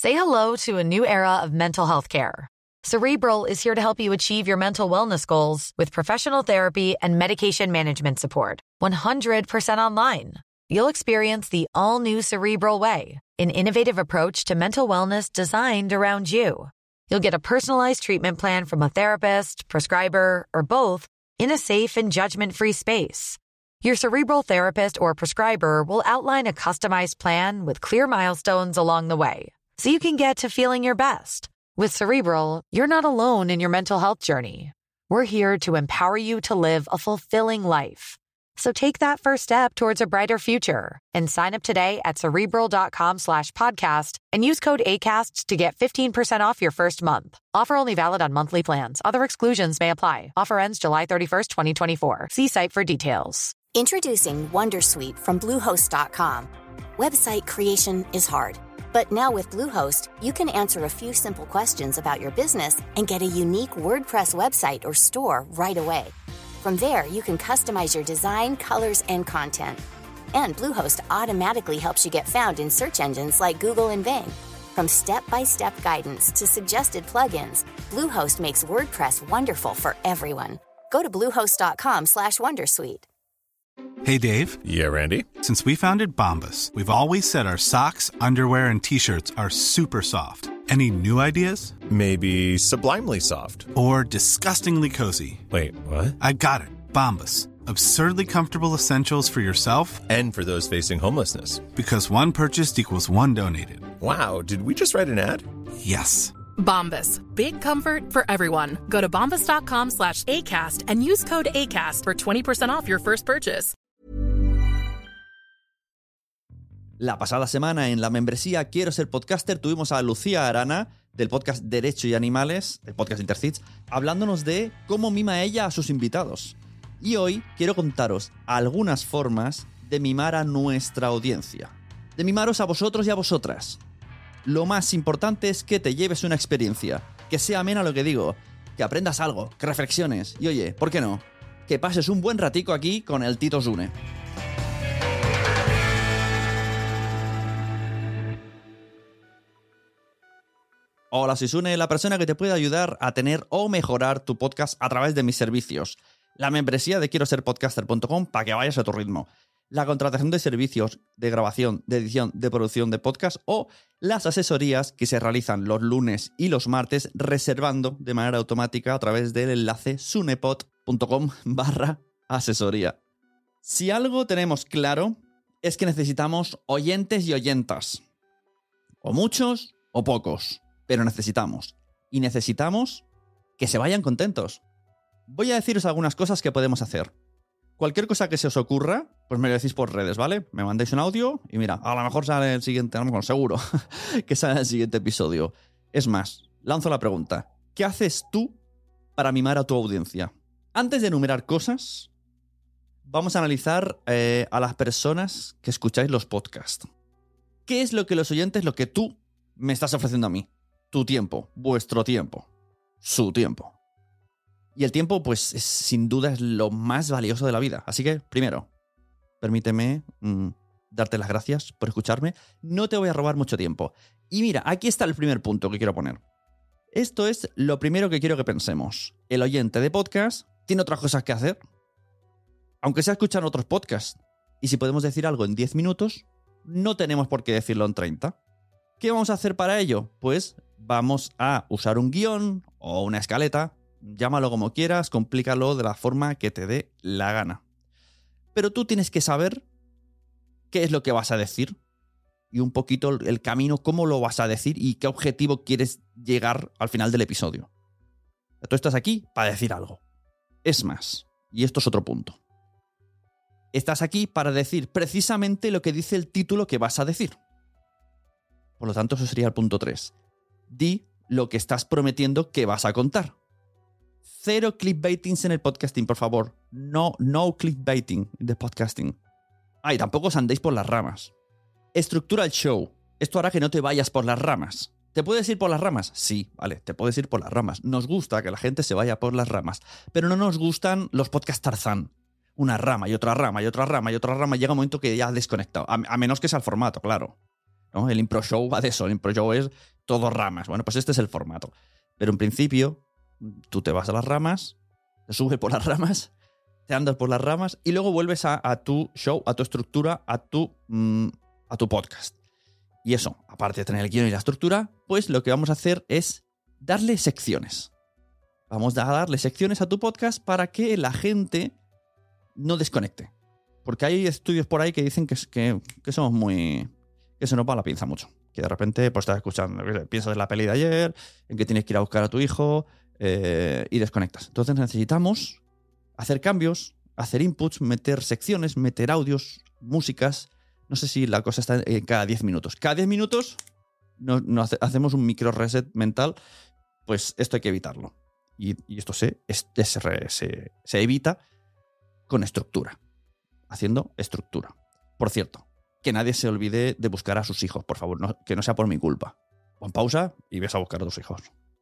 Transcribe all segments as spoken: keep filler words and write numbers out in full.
Say hello to a new era of mental health care. Cerebral is here to help you achieve your mental wellness goals with professional therapy and medication management support. one hundred percent online. You'll experience the all-new Cerebral Way, an innovative approach to mental wellness designed around you. You'll get a personalized treatment plan from a therapist, prescriber, or both in a safe and judgment-free space. Your Cerebral therapist or prescriber will outline a customized plan with clear milestones along the way, so you can get to feeling your best. With Cerebral, you're not alone in your mental health journey. We're here to empower you to live a fulfilling life. So take that first step towards a brighter future and sign up today at Cerebral.com slash podcast and use code ACAST to get fifteen percent off your first month. Offer only valid on monthly plans. Other exclusions may apply. Offer ends July thirty-first, twenty twenty-four. See site for details. Introducing Wondersuite from Bluehost dot com. Website creation is hard. But now with Bluehost, you can answer a few simple questions about your business and get a unique WordPress website or store right away. From there, you can customize your design, colors, and content. And Bluehost automatically helps you get found in search engines like Google and Bing. From step-by-step guidance to suggested plugins, Bluehost makes WordPress wonderful for everyone. Go to bluehost.com slash wondersuite. Hey, Dave. Yeah, Randy? Since we founded Bombas, we've always said our socks, underwear, and T-shirts are super soft. Any new ideas? Maybe sublimely soft. Or disgustingly cozy. Wait, what? I got it. Bombas. Absurdly comfortable essentials for yourself and for those facing homelessness. Because one purchased equals one donated. Wow, did we just write an ad? Yes. Bombas. Big comfort for everyone. Go to bombas.com slash ACAST and use code ACAST for twenty percent off your first purchase. La pasada semana en la membresía Quiero Ser Podcaster tuvimos a Lucía Arana del podcast Derecho y Animales, del podcast Intercits, hablándonos de cómo mima ella a sus invitados. Y hoy quiero contaros algunas formas de mimar a nuestra audiencia. De mimaros a vosotros y a vosotras. Lo más importante es que te lleves una experiencia, que sea amena lo que digo, que aprendas algo, que reflexiones y oye, ¿por qué no? Que pases un buen ratico aquí con el Tito Sune. Hola, soy Sune, la persona que te puede ayudar a tener o mejorar tu podcast a través de mis servicios. La membresía de quiero ser podcaster punto com para que vayas a tu ritmo. La contratación de servicios de grabación, de edición, de producción de podcast o las asesorías que se realizan los lunes y los martes reservando de manera automática a través del enlace sunepod.com barra asesoría. Si algo tenemos claro es que necesitamos oyentes y oyentas. O muchos o pocos, pero necesitamos. Y necesitamos que se vayan contentos. Voy a deciros algunas cosas que podemos hacer. Cualquier cosa que se os ocurra, pues me lo decís por redes, ¿vale? Me mandáis un audio y mira, a lo mejor sale el siguiente, a lo mejor seguro que sale el siguiente episodio. Es más, lanzo la pregunta. ¿Qué haces tú para mimar a tu audiencia? Antes de enumerar cosas, vamos a analizar eh, a las personas que escucháis los podcasts. ¿Qué es lo que los oyentes, lo que tú me estás ofreciendo a mí? Tu tiempo, vuestro tiempo, su tiempo. Y el tiempo, pues, es, sin duda es lo más valioso de la vida. Así que, primero, permíteme mmm, darte las gracias por escucharme. No te voy a robar mucho tiempo. Y mira, aquí está el primer punto que quiero poner. Esto es lo primero que quiero que pensemos. El oyente de podcast tiene otras cosas que hacer. Aunque sea escuchar otros podcasts. Y si podemos decir algo en diez minutos, no tenemos por qué decirlo en treinta. ¿Qué vamos a hacer para ello? Pues vamos a usar un guión o una escaleta. Llámalo como quieras, complícalo de la forma que te dé la gana. Pero tú tienes que saber qué es lo que vas a decir y un poquito el camino, cómo lo vas a decir y qué objetivo quieres llegar al final del episodio. Tú estás aquí para decir algo. Es más, y esto es otro punto. Estás aquí para decir precisamente lo que dice el título que vas a decir. Por lo tanto, eso sería el punto tres. Di lo que estás prometiendo que vas a contar. Cero clickbaitings en el podcasting, por favor. No, no clickbaiting de podcasting. Ah, y tampoco os andéis por las ramas. Estructura el show. Esto hará que no te vayas por las ramas. ¿Te puedes ir por las ramas? Sí, vale, te puedes ir por las ramas. Nos gusta que la gente se vaya por las ramas, pero no nos gustan los podcasts Tarzán. Una rama y otra rama y otra rama y otra rama. Llega un momento que ya has desconectado. A, a menos que sea el formato, claro. ¿no? El impro show va de eso. El impro show es todo ramas. Bueno, pues este es el formato. Pero en principio, tú te vas a las ramas, te subes por las ramas, te andas por las ramas y luego vuelves a, a tu show, a tu estructura, a tu, mmm, a tu podcast. Y eso, aparte de tener el guión y la estructura, pues lo que vamos a hacer es darle secciones. Vamos a darle secciones a tu podcast para que la gente no desconecte. Porque hay estudios por ahí que dicen que, que, que somos muy... que se nos va la pinza mucho. Que de repente pues estás escuchando, piensas en la peli de ayer, en que tienes que ir a buscar a tu hijo eh, y desconectas. Entonces necesitamos hacer cambios, hacer inputs, meter secciones, meter audios, músicas. No sé si la cosa está en cada diez minutos. Cada diez minutos nos, nos hacemos un micro reset mental. Pues esto hay que evitarlo. Y, y esto se, se, se, se evita con estructura. Haciendo estructura. Por cierto, que nadie se olvide de buscar a sus hijos, por favor. No, que no sea por mi culpa. Pon pausa y ves a buscar a tus hijos.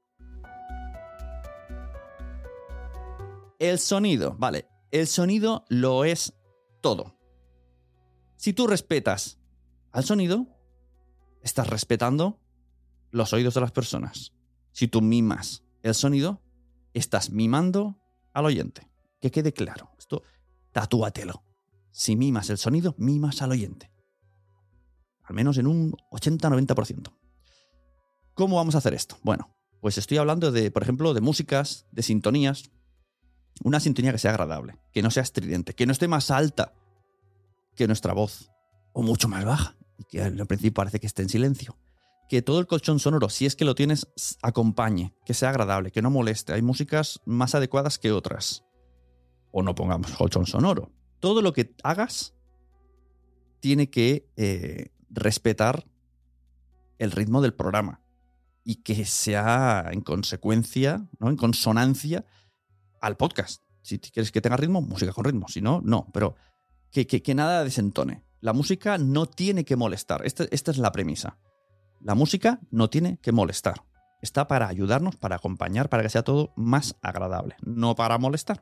El sonido. Vale. El sonido lo es todo. Si tú respetas al sonido, estás respetando los oídos de las personas. Si tú mimas el sonido, estás mimando al oyente. Que quede claro. Esto, tatúatelo. Si mimas el sonido, mimas al oyente. Al menos en un ochenta a noventa por ciento. ¿Cómo vamos a hacer esto? Bueno, pues estoy hablando de, por ejemplo, de músicas, de sintonías. Una sintonía que sea agradable, que no sea estridente, que no esté más alta que nuestra voz, o mucho más baja, y que al principio parece que esté en silencio. Que todo el colchón sonoro, si es que lo tienes, acompañe, que sea agradable, que no moleste. Hay músicas más adecuadas que otras. O no pongamos colchón sonoro. Todo lo que hagas tiene que eh, respetar el ritmo del programa y que sea en consecuencia, ¿no? En consonancia al podcast. Si quieres que tenga ritmo, música con ritmo. Si no, no. Pero que, que, que nada desentone. La música no tiene que molestar. Esta, esta es la premisa. La música no tiene que molestar. Está para ayudarnos, para acompañar, para que sea todo más agradable. No para molestar.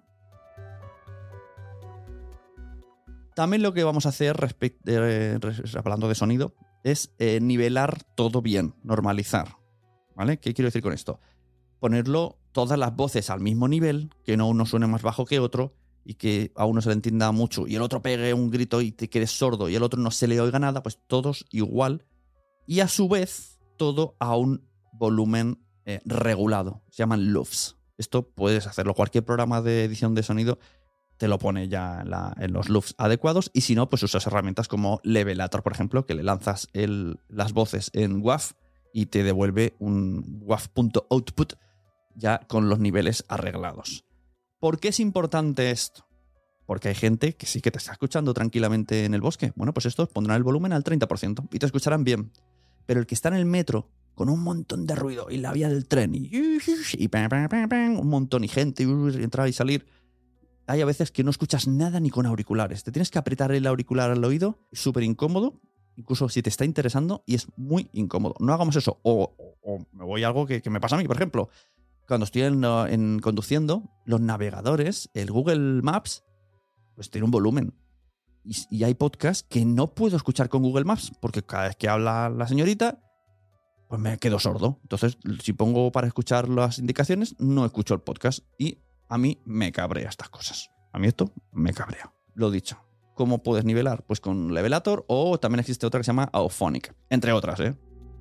También lo que vamos a hacer, respect- eh, hablando de sonido, es eh, nivelar todo bien, normalizar. ¿Vale? ¿Qué quiero decir con esto? Ponerlo todas las voces al mismo nivel, que no uno suene más bajo que otro y que a uno se le entienda mucho y el otro pegue un grito y te quedes sordo y el otro no se le oiga nada, pues todos igual y a su vez todo a un volumen eh, regulado. Se llaman loops. Esto puedes hacerlo. Cualquier programa de edición de sonido te lo pone ya en, la, en los loops adecuados y si no, pues usas herramientas como Levelator, por ejemplo, que le lanzas el, las voces en W A V y te devuelve un W A V.output ya con los niveles arreglados. ¿Por qué es importante esto? Porque hay gente que sí que te está escuchando tranquilamente en el bosque. Bueno, pues estos pondrán el volumen al treinta por ciento y te escucharán bien. Pero el que está en el metro con un montón de ruido y la vía del tren y, y un montón y gente y entrar y salir, hay a veces que no escuchas nada ni con auriculares. Te tienes que apretar el auricular al oído, es súper incómodo, incluso si te está interesando, y es muy incómodo. No hagamos eso. O, o, o me voy a algo que, que me pasa a mí, por ejemplo. Cuando estoy en, en conduciendo, los navegadores, el Google Maps, pues tiene un volumen. Y, y hay podcasts que no puedo escuchar con Google Maps, porque cada vez que habla la señorita, pues me quedo sordo. Entonces, si pongo para escuchar las indicaciones, no escucho el podcast. Y a mí me cabrea estas cosas. A mí esto me cabrea. Lo dicho. ¿Cómo puedes nivelar? Pues con Levelator o también existe otra que se llama Auphonic. Entre otras, ¿eh?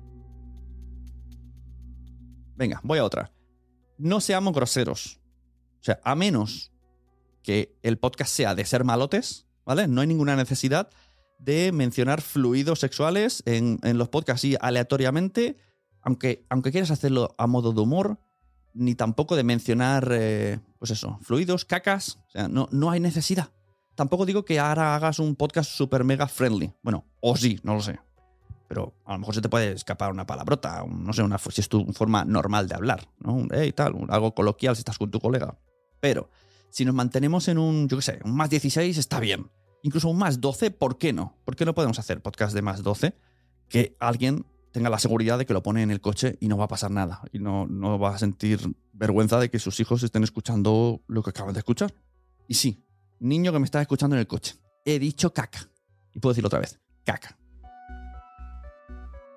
Venga, voy a otra. No seamos groseros. O sea, a menos que el podcast sea de ser malotes, ¿vale? No hay ninguna necesidad de mencionar fluidos sexuales en, en los podcasts así aleatoriamente, aunque, aunque quieras hacerlo a modo de humor, ni tampoco de mencionar, eh, pues eso, fluidos, cacas. O sea, no, no hay necesidad. Tampoco digo que ahora hagas un podcast super mega friendly. Bueno, o sí, no lo sé. Pero a lo mejor se te puede escapar una palabrota, un, no sé, una, si es tu forma normal de hablar, ¿no? Un hey, tal, un, algo coloquial si estás con tu colega. Pero si nos mantenemos en un, yo qué sé, un más dieciséis está bien. Incluso un más doce, ¿por qué no? ¿Por qué no podemos hacer podcast de más doce? Que alguien tenga la seguridad de que lo pone en el coche y no va a pasar nada. Y no, no va a sentir vergüenza de que sus hijos estén escuchando lo que acaban de escuchar. Y sí, niño que me está escuchando en el coche, he dicho caca. Y puedo decirlo otra vez, caca.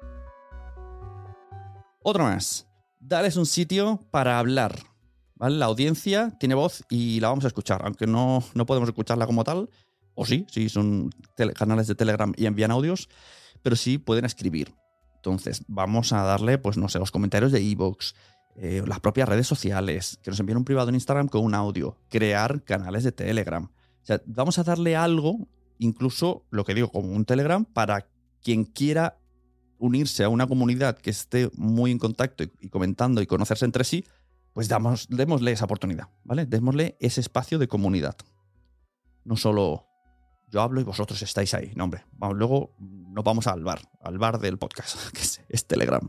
Otro más. Dales un sitio para hablar. ¿Vale? La audiencia tiene voz y la vamos a escuchar, aunque no, no podemos escucharla como tal. O sí, sí, son tele- canales de Telegram y envían audios, pero sí pueden escribir. Entonces, vamos a darle, pues no sé, los comentarios de iVoox, eh, las propias redes sociales, que nos envíen un privado en Instagram con un audio, crear canales de Telegram. O sea, vamos a darle algo, incluso lo que digo, como un Telegram, para quien quiera unirse a una comunidad que esté muy en contacto y, y comentando y conocerse entre sí, pues damos, démosle esa oportunidad, ¿vale? Démosle ese espacio de comunidad. No solo yo hablo y vosotros estáis ahí. No, hombre, vamos, luego nos vamos al bar, al bar del podcast, que es, es Telegram.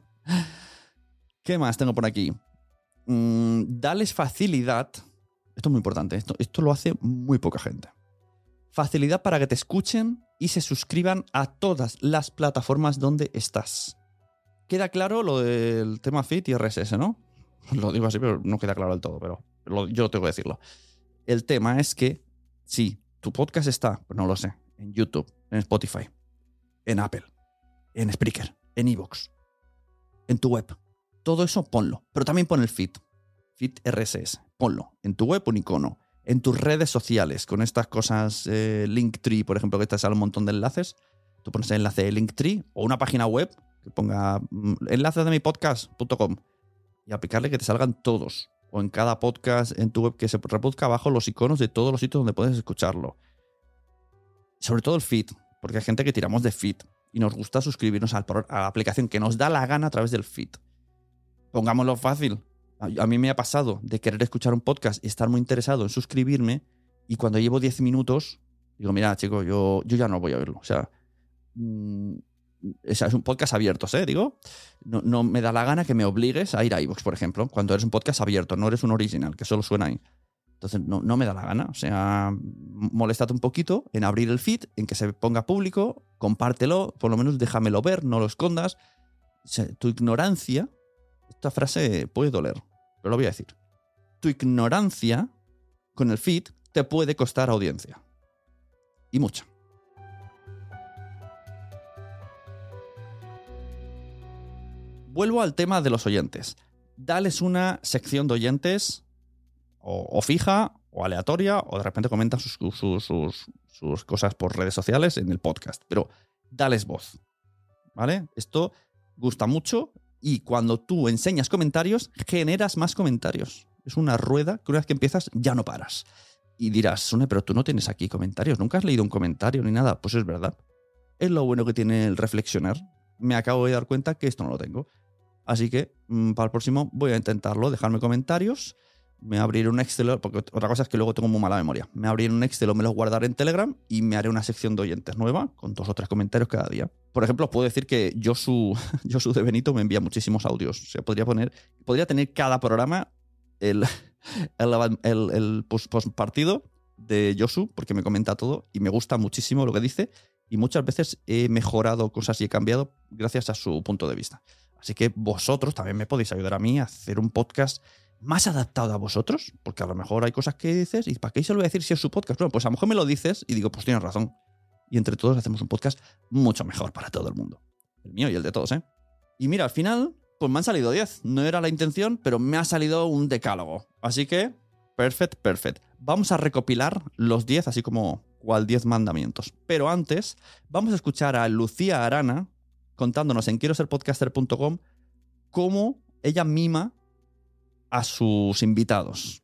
¿Qué más tengo por aquí? Mm, dales facilidad. Esto es muy importante. Esto, esto lo hace muy poca gente. Facilidad para que te escuchen y se suscriban a todas las plataformas donde estás. Queda claro lo del tema feed y R S S, ¿no? Lo digo así, pero no queda claro del todo, pero lo, yo tengo que decirlo. El tema es que sí, tu podcast está, pues no lo sé, en YouTube, en Spotify, en Apple, en Spreaker, en iVoox, en tu web. Todo eso ponlo, pero también pon el feed. Feed R S S, ponlo. En tu web un icono. En tus redes sociales, con estas cosas, eh, Linktree, por ejemplo, que te sale un montón de enlaces. Tú pones el enlace de Linktree o una página web que ponga mm, enlace de mi podcast punto com y aplicarle que te salgan todos. O en cada podcast en tu web que se reproduzca abajo los iconos de todos los sitios donde puedes escucharlo. Sobre todo el feed, porque hay gente que tiramos de feed y nos gusta suscribirnos al pro- a la aplicación que nos da la gana a través del feed. Pongámoslo fácil. A mí me ha pasado de querer escuchar un podcast y estar muy interesado en suscribirme y cuando llevo diez minutos digo, mira, chico, yo, yo ya no voy a oírlo. O sea, mmm, es un podcast abierto, ¿eh? Digo, no, no me da la gana que me obligues a ir a iVoox, por ejemplo, cuando eres un podcast abierto, no eres un original, que solo suena ahí. Entonces, no, no me da la gana. O sea, moléstate un poquito en abrir el feed, en que se ponga público, compártelo, por lo menos déjamelo ver, no lo escondas. O sea, tu ignorancia... Esta frase puede doler, pero lo voy a decir. Tu ignorancia con el feed te puede costar audiencia. Y mucha. Vuelvo al tema de los oyentes. Dales una sección de oyentes o, o fija o aleatoria o de repente comentan sus, sus, sus, sus cosas por redes sociales en el podcast. Pero dales voz. ¿Vale? Esto gusta mucho. Y cuando tú enseñas comentarios, generas más comentarios. Es una rueda que una vez que empiezas ya no paras. Y dirás, Sune, pero tú no tienes aquí comentarios. Nunca has leído un comentario ni nada. Pues es verdad. Es lo bueno que tiene el reflexionar. Me acabo de dar cuenta que esto no lo tengo. Así que mmm, para el próximo voy a intentarlo. Dejarme comentarios. Me abriré un Excel. Porque otra cosa es que luego tengo muy mala memoria. Me abriré un Excel o me los guardaré en Telegram y me haré una sección de oyentes nueva con dos o tres comentarios cada día. Por ejemplo, os puedo decir que Josu, Josu de Benito me envía muchísimos audios. O sea, podría poner, podría tener cada programa el, el, el, el postpartido de Josu, porque me comenta todo y me gusta muchísimo lo que dice. Y muchas veces he mejorado cosas y he cambiado gracias a su punto de vista. Así que vosotros también me podéis ayudar a mí a hacer un podcast más adaptado a vosotros, porque a lo mejor hay cosas que dices y ¿para qué se lo voy a decir si es su podcast? Bueno, pues a lo mejor me lo dices y digo, pues tienes razón. Y entre todos hacemos un podcast mucho mejor para todo el mundo. El mío y el de todos, ¿eh? Y mira, al final, pues me han salido diez. No era la intención, pero me ha salido un decálogo. Así que, perfect, perfect. Vamos a recopilar los diez, así como cual diez mandamientos. Pero antes, vamos a escuchar a Lucía Arana contándonos en quiero ser podcaster punto com cómo ella mima a sus invitados.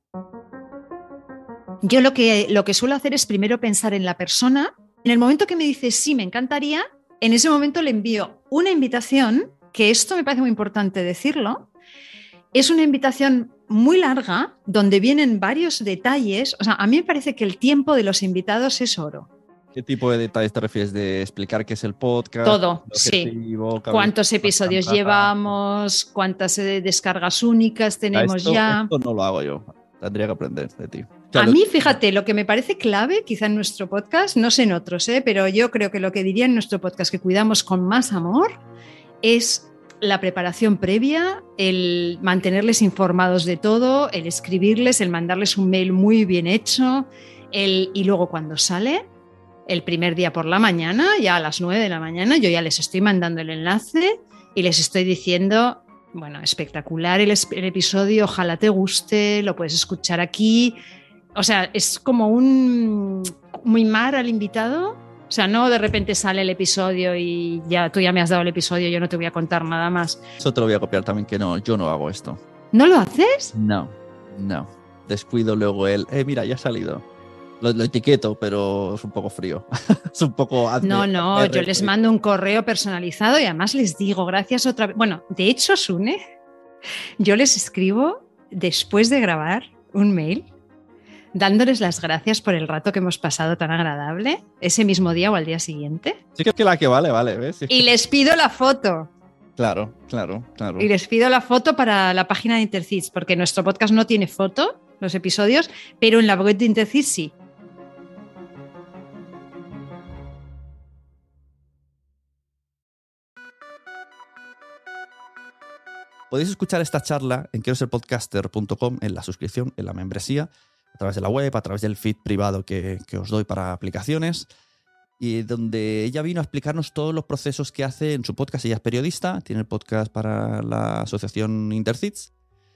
Yo lo que, lo que suelo hacer es primero pensar en la persona. En el momento que me dice sí, me encantaría, en ese momento le envío una invitación, que esto me parece muy importante decirlo. Es una invitación muy larga, donde vienen varios detalles. O sea, a mí me parece que el tiempo de los invitados es oro. ¿Qué tipo de detalles te refieres? ¿De explicar qué es el podcast? Todo, sí. ¿Cuántos episodios llevamos? ¿Cuántas descargas únicas tenemos esto, ya? Esto no lo hago yo. Tendría que aprender de ti. A mí, fíjate, lo que me parece clave, quizá en nuestro podcast, no sé en otros, ¿eh? Pero yo creo que lo que diría en nuestro podcast que cuidamos con más amor es la preparación previa, el mantenerles informados de todo, el escribirles, el mandarles un mail muy bien hecho, el, y luego cuando sale, el primer día por la mañana, ya a las nueve de la mañana, yo ya les estoy mandando el enlace y les estoy diciendo Bueno, espectacular el, el episodio, ojalá te guste, lo puedes escuchar aquí. O sea, es como un mimar al invitado. O sea, no de repente sale el episodio y ya tú ya me has dado el episodio, yo no te voy a contar nada más. Eso te lo voy a copiar también, que no, yo no hago esto. ¿No lo haces? No, no. Descuido luego el, eh, mira, ya ha salido. Lo, lo etiqueto, pero es un poco frío. Es un poco... No, no, yo les mando un correo personalizado y además les digo gracias otra vez. Bueno, de hecho, Sune, yo les escribo después de grabar un mail dándoles las gracias por el rato que hemos pasado tan agradable, ese mismo día o al día siguiente. Sí que la que vale, vale. ¿Ves? Sí. Y les pido la foto. Claro, claro, claro. Y les pido la foto para la página de Intercits, porque nuestro podcast no tiene foto, los episodios, pero en la web de Intercits sí. Podéis escuchar esta charla en quiero ser podcaster punto com, en la suscripción, en la membresía, a través de la web, a través del feed privado que, que os doy para aplicaciones, y donde ella vino a explicarnos todos los procesos que hace en su podcast. Ella es periodista, tiene el podcast para la asociación Intercits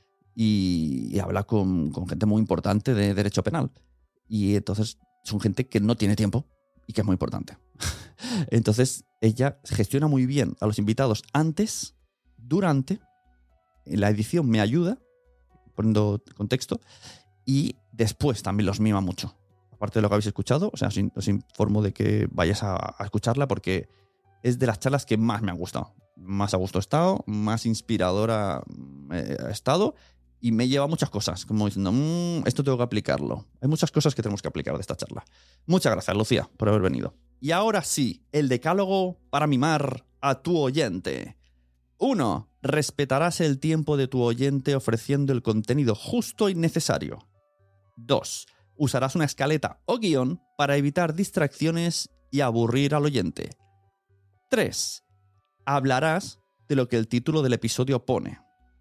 y, y habla con, con gente muy importante de derecho penal. Y entonces son gente que no tiene tiempo y que es muy importante. Entonces ella gestiona muy bien a los invitados antes, durante... En la edición me ayuda, poniendo contexto, y después también los mima mucho. Aparte de lo que habéis escuchado, o sea, os, os informo de que vayáis a, a escucharla porque es de las charlas que más me han gustado. Más a gusto he estado, más inspiradora he estado y me lleva muchas cosas, como diciendo, mmm, esto tengo que aplicarlo. Hay muchas cosas que tenemos que aplicar de esta charla. Muchas gracias, Lucía, por haber venido. Y ahora sí, el decálogo para mimar a tu oyente. Uno. Respetarás el tiempo de tu oyente ofreciendo el contenido justo y necesario. Dos. Usarás una escaleta o guión para evitar distracciones y aburrir al oyente. Tres. Hablarás de lo que el título del episodio pone.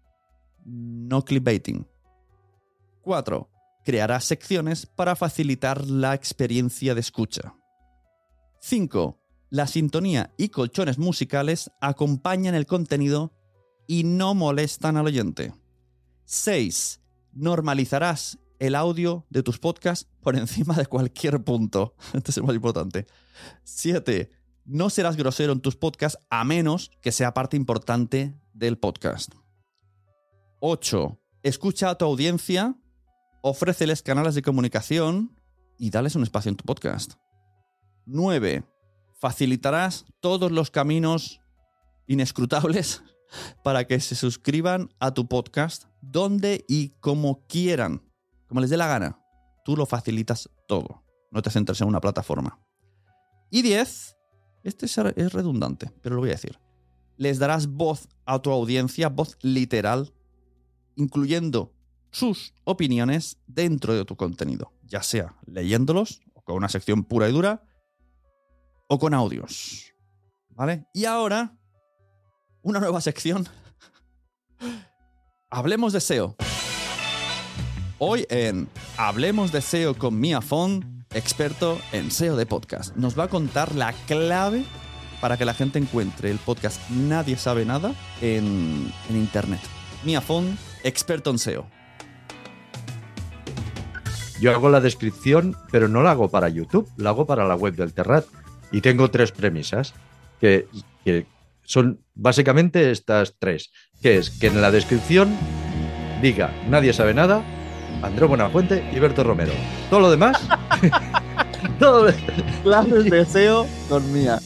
No clickbaiting. Cuatro. Crearás secciones para facilitar la experiencia de escucha. Cinco. La sintonía y colchones musicales acompañan el contenido y no molestan al oyente. seis. Normalizarás el audio de tus podcasts por encima de cualquier punto. Este es el más importante. siete. No serás grosero en tus podcasts a menos que sea parte importante del podcast. ocho. Escucha a tu audiencia, ofréceles canales de comunicación y dales un espacio en tu podcast. nueve. Facilitarás todos los caminos inescrutables para que se suscriban a tu podcast donde y como quieran, como les dé la gana. Tú lo facilitas todo. No te centres en una plataforma. Y diez, este es redundante, pero lo voy a decir. Les darás voz a tu audiencia, voz literal, incluyendo sus opiniones dentro de tu contenido, ya sea leyéndolos o con una sección pura y dura o con audios. ¿Vale? Y ahora, una nueva sección. Hablemos de S E O. Hoy en Hablemos de S E O con Mia Font, experto en S E O de podcast. Nos va a contar la clave para que la gente encuentre el podcast Nadie Sabe Nada en, en Internet. Mia Font, experto en S E O. Yo hago la descripción, pero no la hago para YouTube, la hago para la web del Terrat. Y tengo tres premisas, que, que son básicamente estas tres. Que es que en la descripción diga Nadie Sabe Nada, Andreu Buenafuente y Berto Romero. Todo lo demás... todo lo... Clases de S E O con Mia.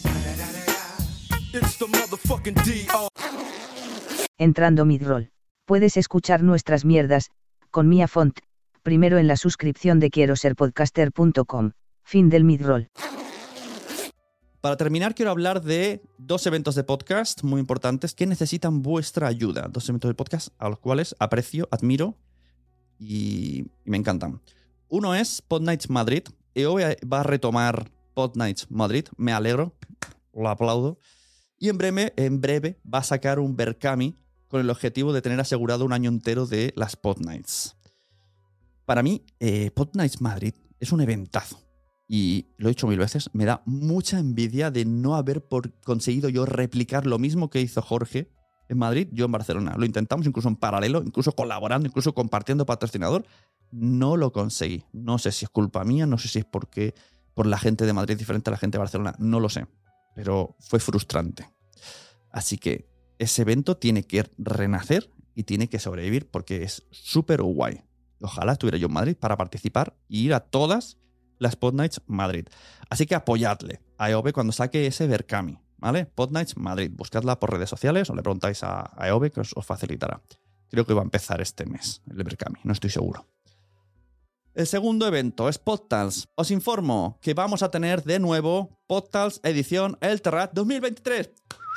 Entrando Midroll. Puedes escuchar nuestras mierdas, con Mia Font, primero en la suscripción de quiero ser podcaster punto com. Fin del Midroll. Para terminar, quiero hablar de dos eventos de podcast muy importantes que necesitan vuestra ayuda. Dos eventos de podcast a los cuales aprecio, admiro y, y me encantan. Uno es Podnights Madrid. E O va a retomar Podnights Madrid. Me alegro, lo aplaudo. Y en breve, en breve va a sacar un Berkami con el objetivo de tener asegurado un año entero de las Podnights. Para mí, eh, Podnights Madrid es un eventazo. Y lo he dicho mil veces, me da mucha envidia de no haber por conseguido yo replicar lo mismo que hizo Jorge en Madrid, yo en Barcelona. Lo intentamos incluso en paralelo, incluso colaborando, incluso compartiendo patrocinador. No lo conseguí. No sé si es culpa mía, no sé si es porque por la gente de Madrid diferente a la gente de Barcelona. No lo sé. Pero fue frustrante. Así que ese evento tiene que renacer y tiene que sobrevivir porque es súper guay. Ojalá estuviera yo en Madrid para participar y ir a todas las Podnights Madrid. Así que apoyadle a E O B E cuando saque ese Berkami, ¿vale? Podnights Madrid. Buscadla por redes sociales o le preguntáis a, a E O B E que os, os facilitará. Creo que va a empezar este mes el Berkami, no estoy seguro. El segundo evento es PodTales. Os informo que vamos a tener de nuevo PodTales edición El Terrat dos mil veintitrés.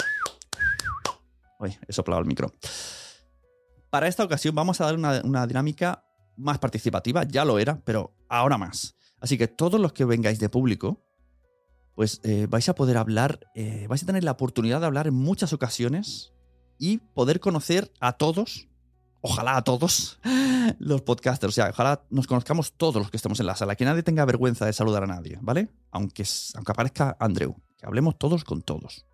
Uy, he soplado el micro. Para esta ocasión vamos a dar una, una dinámica más participativa. Ya lo era, pero ahora más. Así que todos los que vengáis de público, pues eh, vais a poder hablar, eh, vais a tener la oportunidad de hablar en muchas ocasiones y poder conocer a todos, ojalá a todos, los podcasters. O sea, ojalá nos conozcamos todos los que estemos en la sala, que nadie tenga vergüenza de saludar a nadie, ¿vale? Aunque, aunque aparezca Andreu, que hablemos todos con todos.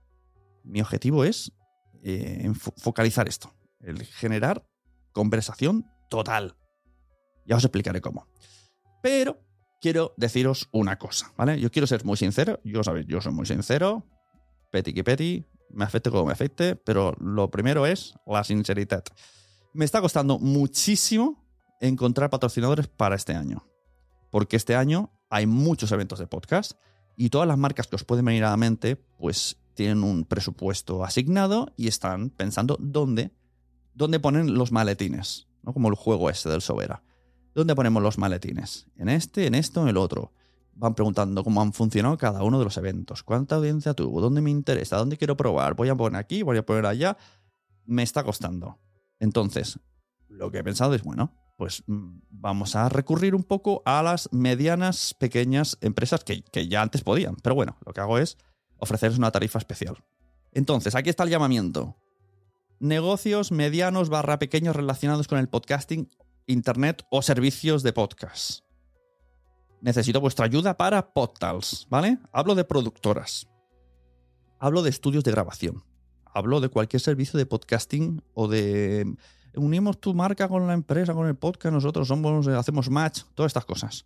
Mi objetivo es eh, focalizar esto, el generar conversación total. Ya os explicaré cómo. Pero quiero deciros una cosa, ¿vale? Yo quiero ser muy sincero, yo sabéis, yo soy muy sincero, peti que peti, me afecte como me afecte, pero lo primero es la sinceridad. Me está costando muchísimo encontrar patrocinadores para este año, porque este año hay muchos eventos de podcast y todas las marcas que os pueden venir a la mente, pues tienen un presupuesto asignado y están pensando dónde, dónde ponen los maletines, ¿no? Como el juego este del Sobera. ¿Dónde ponemos los maletines? ¿En este, en esto, en el otro? Van preguntando cómo han funcionado cada uno de los eventos. ¿Cuánta audiencia tuvo? ¿Dónde me interesa? ¿Dónde quiero probar? ¿Voy a poner aquí? ¿Voy a poner allá? Me está costando. Entonces, lo que he pensado es, bueno, pues vamos a recurrir un poco a las medianas, pequeñas empresas que, que ya antes podían. Pero bueno, lo que hago es ofrecerles una tarifa especial. Entonces, aquí está el llamamiento. Negocios medianos barra pequeños relacionados con el podcasting, internet o servicios de podcast. Necesito vuestra ayuda para PodTales, ¿vale? Hablo de productoras. Hablo de estudios de grabación. Hablo de cualquier servicio de podcasting o de... Unimos tu marca con la empresa, con el podcast, nosotros somos, hacemos match, todas estas cosas.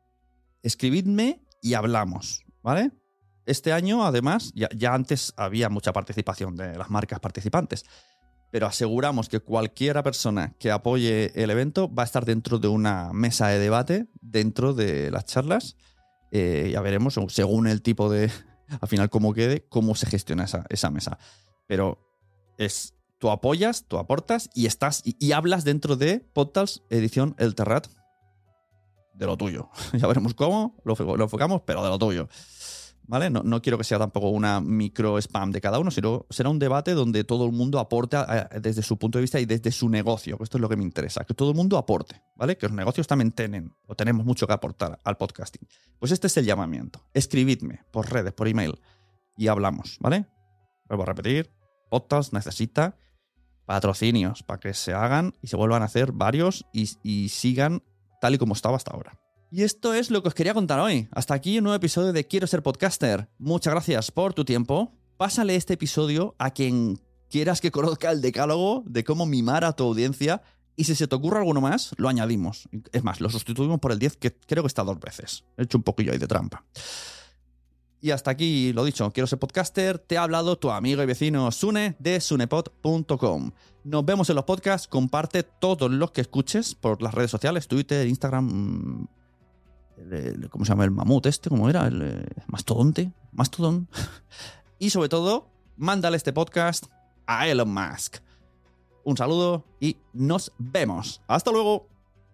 Escribidme y hablamos, ¿vale? Este año, además, ya, ya antes había mucha participación de las marcas participantes, pero aseguramos que cualquier persona que apoye el evento va a estar dentro de una mesa de debate, dentro de las charlas. Eh, ya veremos, según el tipo de... Al final, cómo quede, cómo se gestiona esa, esa mesa. Pero es... Tú apoyas, tú aportas y estás y, y hablas dentro de PodTales edición El Terrat. De lo tuyo. Ya veremos cómo lo, lo enfocamos, pero de lo tuyo. ¿Vale? No, no quiero que sea tampoco una micro spam de cada uno, sino será un debate donde todo el mundo aporta desde su punto de vista y desde su negocio. Esto es lo que me interesa, que todo el mundo aporte, ¿vale? Que los negocios también tienen o tenemos mucho que aportar al podcasting. Pues este es el llamamiento. Escribidme por redes, por email y hablamos, ¿vale? Vuelvo a repetir, PodTales necesita patrocinios para que se hagan y se vuelvan a hacer varios y, y sigan tal y como estaba hasta ahora. Y esto es lo que os quería contar hoy. Hasta aquí un nuevo episodio de Quiero Ser Podcaster. Muchas gracias por tu tiempo. Pásale este episodio a quien quieras que conozca el decálogo de cómo mimar a tu audiencia. Y si se te ocurre alguno más, lo añadimos. Es más, lo sustituimos por el diez, que creo que está dos veces. He hecho un poquillo ahí de trampa. Y hasta aquí lo dicho. Quiero Ser Podcaster. Te ha hablado tu amigo y vecino Sune de sunepod punto com. Nos vemos en los podcasts. Comparte todos los que escuches por las redes sociales, Twitter, Instagram... El, el, ¿Cómo se llama el mamut este? ¿Cómo era? El, el mastodonte. Mastodon. Y sobre todo, mándale este podcast a Elon Musk. Un saludo y nos vemos. ¡Hasta luego!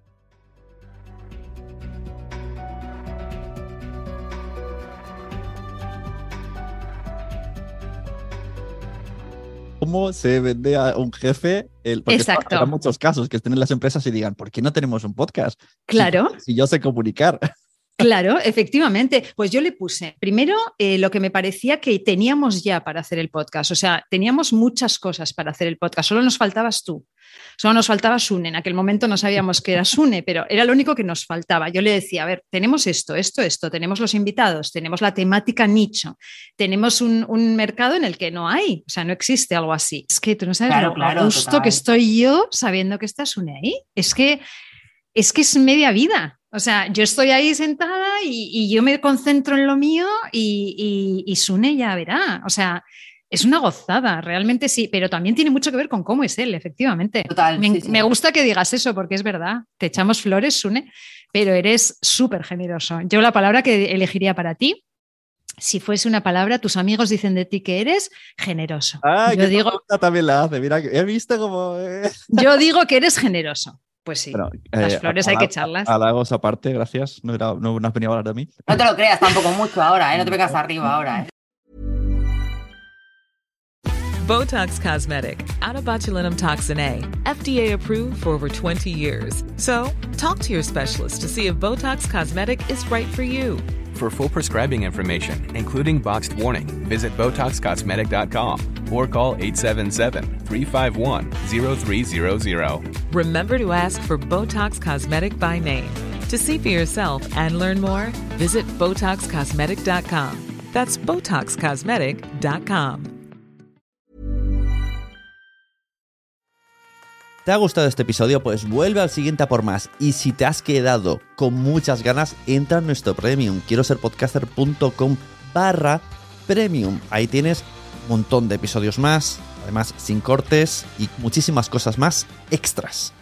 ¿Cómo se vende a un jefe? El, porque exacto. Habrá muchos casos que estén en las empresas y digan, ¿por qué no tenemos un podcast? Claro. Si, si yo sé comunicar. Claro, efectivamente. Pues yo le puse, primero, eh, lo que me parecía que teníamos ya para hacer el podcast. O sea, teníamos muchas cosas para hacer el podcast. Solo nos faltabas tú. Solo nos faltaba Sune. En aquel momento no sabíamos que era Sune, pero era lo único que nos faltaba. Yo le decía, a ver, tenemos esto, esto, esto, tenemos los invitados, tenemos la temática nicho, tenemos un, un mercado en el que no hay, o sea, no existe algo así. Es que tú no sabes Claro, lo claro, a gusto total. que estoy yo sabiendo que está Sune ahí. Es que es que es media vida. O sea, yo estoy ahí sentada y, y yo me concentro en lo mío y, y, y Sune ya verá. O sea, es una gozada, realmente sí, pero también tiene mucho que ver con cómo es él, efectivamente. Total, me, sí, sí. me gusta que digas eso porque es verdad. Te echamos flores, Sune, pero eres súper generoso. Yo la palabra que elegiría para ti, si fuese una palabra, tus amigos dicen de ti que eres generoso. Ah, yo, que digo, también la hace. Mira, he visto como... Eh. yo digo que eres generoso. Pues sí, Bueno, las eh, flores a- hay que a- echarlas. Halagos aparte, gracias. No, era, no, no has venido a hablar de mí. No te lo creas tampoco mucho ahora, ¿eh? No te vengas arriba ahora, ¿eh? Botox Cosmetic, out of botulinum toxin A, F D A approved for over twenty years. So, talk to your specialist to see if Botox Cosmetic is right for you. For full prescribing information, including boxed warning, visit Botox Cosmetic dot com or call eight seven seven, three five one, zero three zero zero. Remember to ask for Botox Cosmetic by name. To see for yourself and learn more, visit Botox Cosmetic dot com. That's Botox Cosmetic dot com. ¿Te ha gustado este episodio? Pues vuelve al siguiente a por más. Y si te has quedado con muchas ganas, entra en nuestro premium. Quiero ser podcaster punto com barra premium. Ahí tienes un montón de episodios más, además sin cortes y muchísimas cosas más extras.